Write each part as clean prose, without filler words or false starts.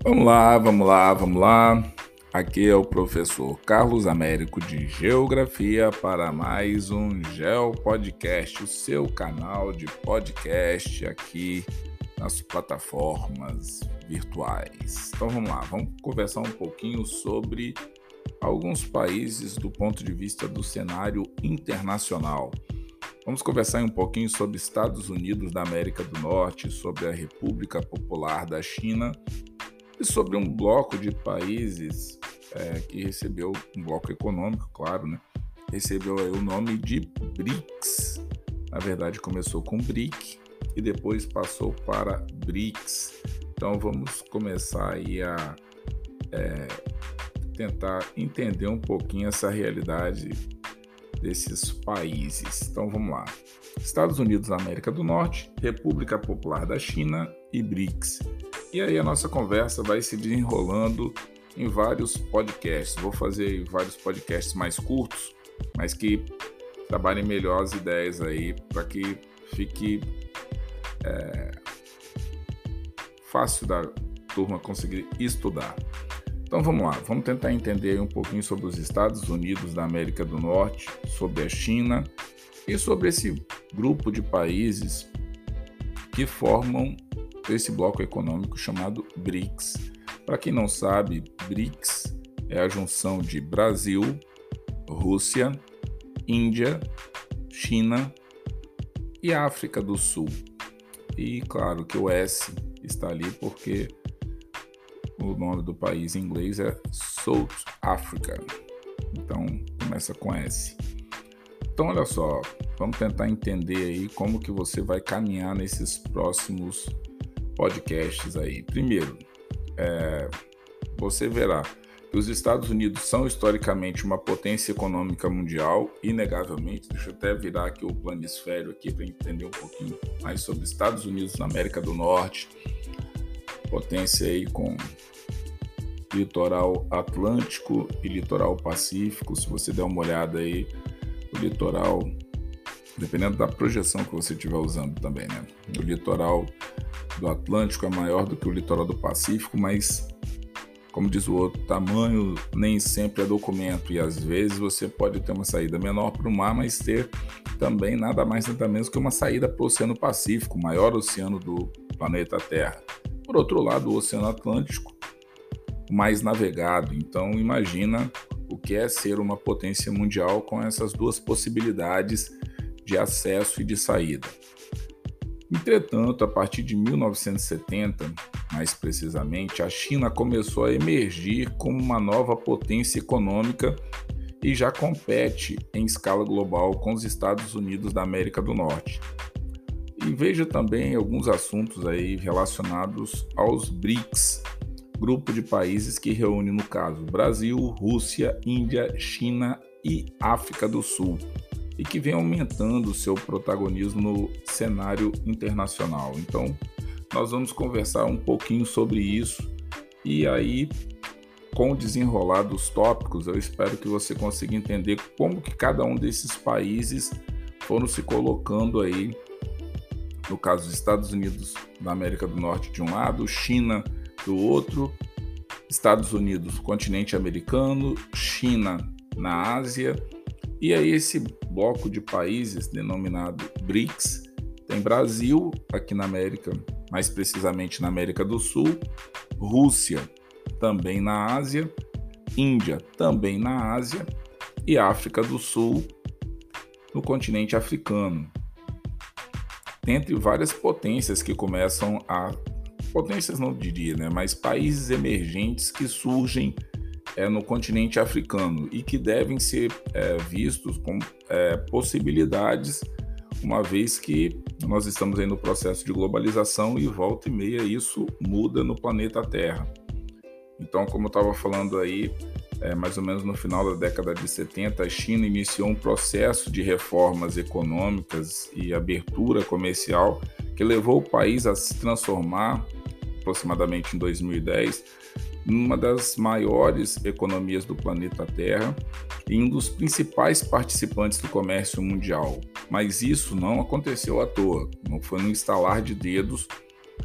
Vamos lá. Aqui é o professor Carlos Américo de Geografia para mais um GeoPodcast, o seu canal de podcast aqui nas plataformas virtuais. Então vamos lá, vamos conversar um pouquinho sobre alguns países do ponto de vista do cenário internacional. Vamos conversar um pouquinho sobre Estados Unidos da América do Norte, sobre a República Popular da China e sobre um bloco de países que recebeu, um bloco econômico, claro, né? Recebeu aí o nome de BRICS. Na verdade, começou com BRIC e depois passou para BRICS. Então, vamos começar aí a tentar entender um pouquinho essa realidade desses países. Então, vamos lá. Estados Unidos da América do Norte, República Popular da China e BRICS. E aí a nossa conversa vai se desenrolando em vários podcasts. Vou fazer vários podcasts mais curtos, mas que trabalhem melhor as ideias aí, para que fique fácil da turma conseguir estudar. Então vamos lá, vamos tentar entender um pouquinho sobre os Estados Unidos da América do Norte, sobre a China e sobre esse grupo de países que formam esse bloco econômico chamado BRICS. Para quem não sabe, BRICS é a junção de Brasil, Rússia, Índia, China e África do Sul. E claro que o S está ali porque o nome do país em inglês é South Africa. Então começa com S. Então olha só, vamos tentar entender aí como que você vai caminhar nesses próximos podcasts aí. Primeiro, você verá que os Estados Unidos são historicamente uma potência econômica mundial, inegavelmente. Deixa eu até virar aqui o planisfério aqui para entender um pouquinho mais sobre os Estados Unidos na América do Norte. Potência aí com litoral Atlântico e litoral Pacífico. Se você der uma olhada aí, o litoral, dependendo da projeção que você estiver usando também, né? O litoral do Atlântico é maior do que o litoral do Pacífico, mas, como diz o outro, tamanho nem sempre é documento, e às vezes você pode ter uma saída menor para o mar, mas ter também nada mais nada menos que uma saída para o Oceano Pacífico, o maior oceano do planeta Terra. Por outro lado, o Oceano Atlântico, o mais navegado. Então imagina o que é ser uma potência mundial com essas duas possibilidades de acesso e de saída. Entretanto, a partir de 1970, mais precisamente, a China começou a emergir como uma nova potência econômica e já compete em escala global com os Estados Unidos da América do Norte. E veja também alguns assuntos aí relacionados aos BRICS, grupo de países que reúne, no caso, Brasil, Rússia, Índia, China e África do Sul, e que vem aumentando o seu protagonismo no cenário internacional. Então, nós vamos conversar um pouquinho sobre isso, e aí, com o desenrolar dos tópicos, eu espero que você consiga entender como que cada um desses países foram se colocando aí, no caso dos Estados Unidos da América do Norte de um lado, China do outro, Estados Unidos, continente americano, China na Ásia. E aí esse bloco de países denominado BRICS tem Brasil aqui na América, mais precisamente na América do Sul, Rússia também na Ásia, Índia também na Ásia e África do Sul no continente africano. Dentre várias potências que começam a... potências não diria, né? Mas países emergentes que surgem no continente africano e que devem ser vistos como possibilidades, uma vez que nós estamos aí no processo de globalização e volta e meia isso muda no planeta Terra. Então, como eu estava falando aí, mais ou menos no final da década de 70, a China iniciou um processo de reformas econômicas e abertura comercial que levou o país a se transformar, aproximadamente em 2010, numa das maiores economias do planeta Terra e um dos principais participantes do comércio mundial. Mas isso não aconteceu à toa, não foi no estalar de dedos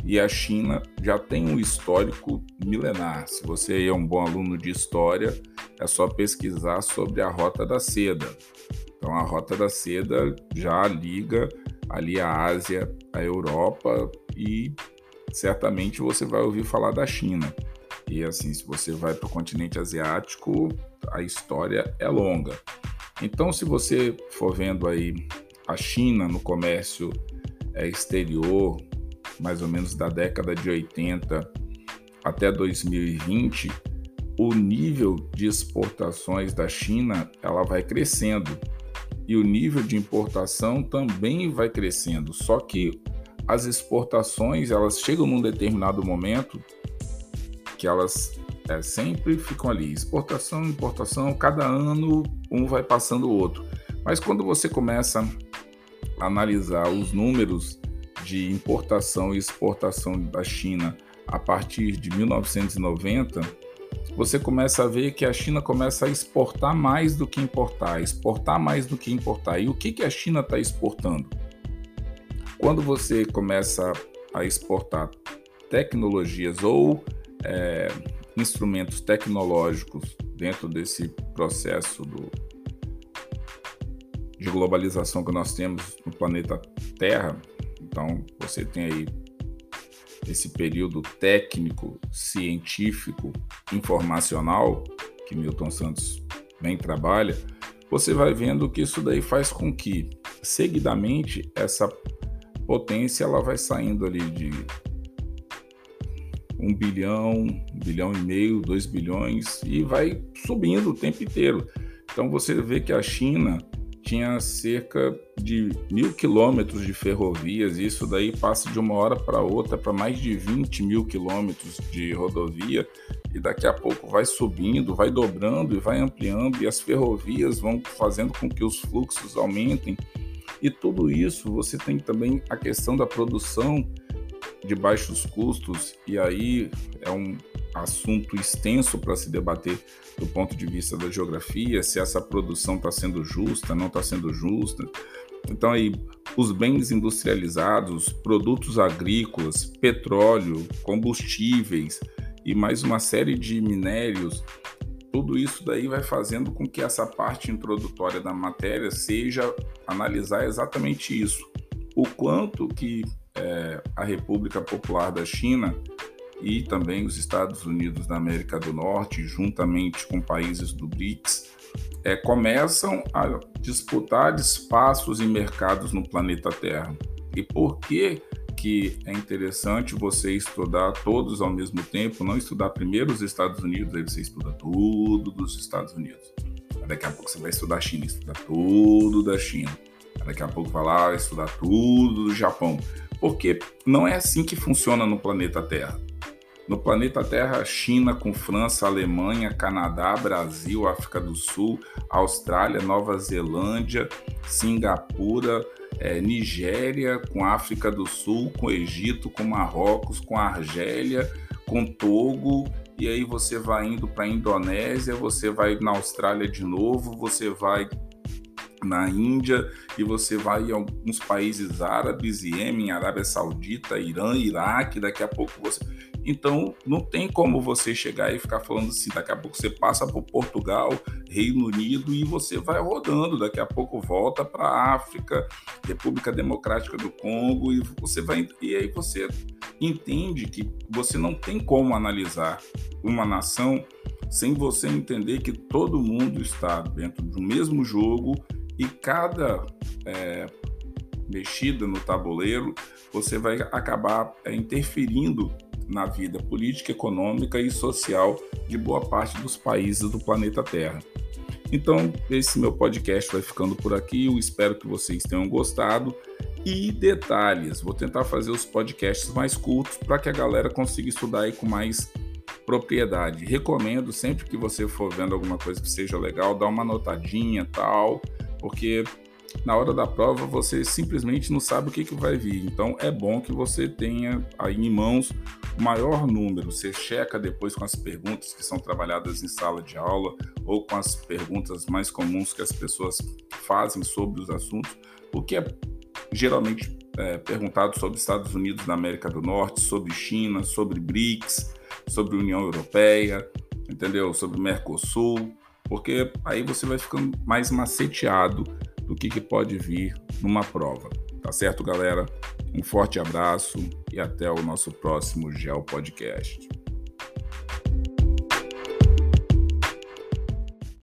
E a China já tem um histórico milenar. Se você é um bom aluno de história, é só pesquisar sobre a Rota da Seda. Então, a Rota da Seda já liga ali a Ásia, a Europa, e certamente você vai ouvir falar da China. E assim, se você vai para o continente asiático, a história é longa. Então, se você for vendo aí a China no comércio exterior, mais ou menos da década de 80 até 2020, o nível de exportações da China ela vai crescendo e o nível de importação também vai crescendo. Só que as exportações elas chegam num determinado momento que elas sempre ficam ali, exportação, importação, cada ano um vai passando o outro. Mas quando você começa a analisar os números de importação e exportação da China a partir de 1990, você começa a ver que a China começa a exportar mais do que importar, exportar mais do que importar. E o que a China está exportando? Quando você começa a exportar tecnologias ou instrumentos tecnológicos dentro desse processo de globalização que nós temos no planeta Terra, então você tem aí esse período técnico, científico, informacional, que Milton Santos bem trabalha, você vai vendo que isso daí faz com que, seguidamente, essa potência ela vai saindo ali de 1 bilhão, 1,5 bilhão, 2 bilhões e vai subindo o tempo inteiro. Então você vê que a China tinha cerca de 1.000 quilômetros de ferrovias, e isso daí passa de uma hora para outra para mais de 20.000 quilômetros de rodovia, e daqui a pouco vai subindo, vai dobrando e vai ampliando, e as ferrovias vão fazendo com que os fluxos aumentem. E tudo isso você tem também a questão da produção de baixos custos, e aí é um assunto extenso para se debater do ponto de vista da geografia, se essa produção está sendo justa, não está sendo justa. Então aí os bens industrializados, produtos agrícolas, petróleo, combustíveis e mais uma série de minérios, tudo isso daí vai fazendo com que essa parte introdutória da matéria seja analisar exatamente isso, o quanto que a República Popular da China e também os Estados Unidos da América do Norte, juntamente com países do BRICS, começam a disputar espaços e mercados no planeta Terra. E por que é interessante você estudar todos ao mesmo tempo, não estudar primeiro os Estados Unidos, aí você estuda tudo dos Estados Unidos. Daqui a pouco você vai estudar a China, estuda tudo da China. Daqui a pouco vai lá estudar tudo do Japão. Porque não é assim que funciona no planeta Terra. No planeta Terra, a China com França, Alemanha, Canadá, Brasil, África do Sul, Austrália, Nova Zelândia, Singapura, Nigéria, com África do Sul, com Egito, com Marrocos, com Argélia, com Togo, e aí você vai indo para a Indonésia, você vai na Austrália de novo, você vai na Índia, e você vai em alguns países árabes, Iêmen, Arábia Saudita, Irã, Iraque, daqui a pouco você... Então, não tem como você chegar e ficar falando assim, daqui a pouco você passa por Portugal, Reino Unido, e você vai rodando, daqui a pouco volta para a África, República Democrática do Congo, e aí você entende que você não tem como analisar uma nação sem você entender que todo mundo está dentro do mesmo jogo, e cada mexida no tabuleiro, você vai acabar interferindo na vida política, econômica e social de boa parte dos países do planeta Terra. Então, esse meu podcast vai ficando por aqui, eu espero que vocês tenham gostado. E detalhes, vou tentar fazer os podcasts mais curtos para que a galera consiga estudar aí com mais propriedade. Recomendo, sempre que você for vendo alguma coisa que seja legal, dá uma anotadinha, tal, porque na hora da prova você simplesmente não sabe o que vai vir. Então é bom que você tenha aí em mãos o maior número. Você checa depois com as perguntas que são trabalhadas em sala de aula ou com as perguntas mais comuns que as pessoas fazem sobre os assuntos, o que é geralmente perguntado sobre Estados Unidos da América do Norte, sobre China, sobre BRICS, sobre União Europeia, entendeu? Sobre Mercosul, porque aí você vai ficando mais maceteado do que pode vir numa prova. Tá certo, galera? Um forte abraço e até o nosso próximo GEO Podcast.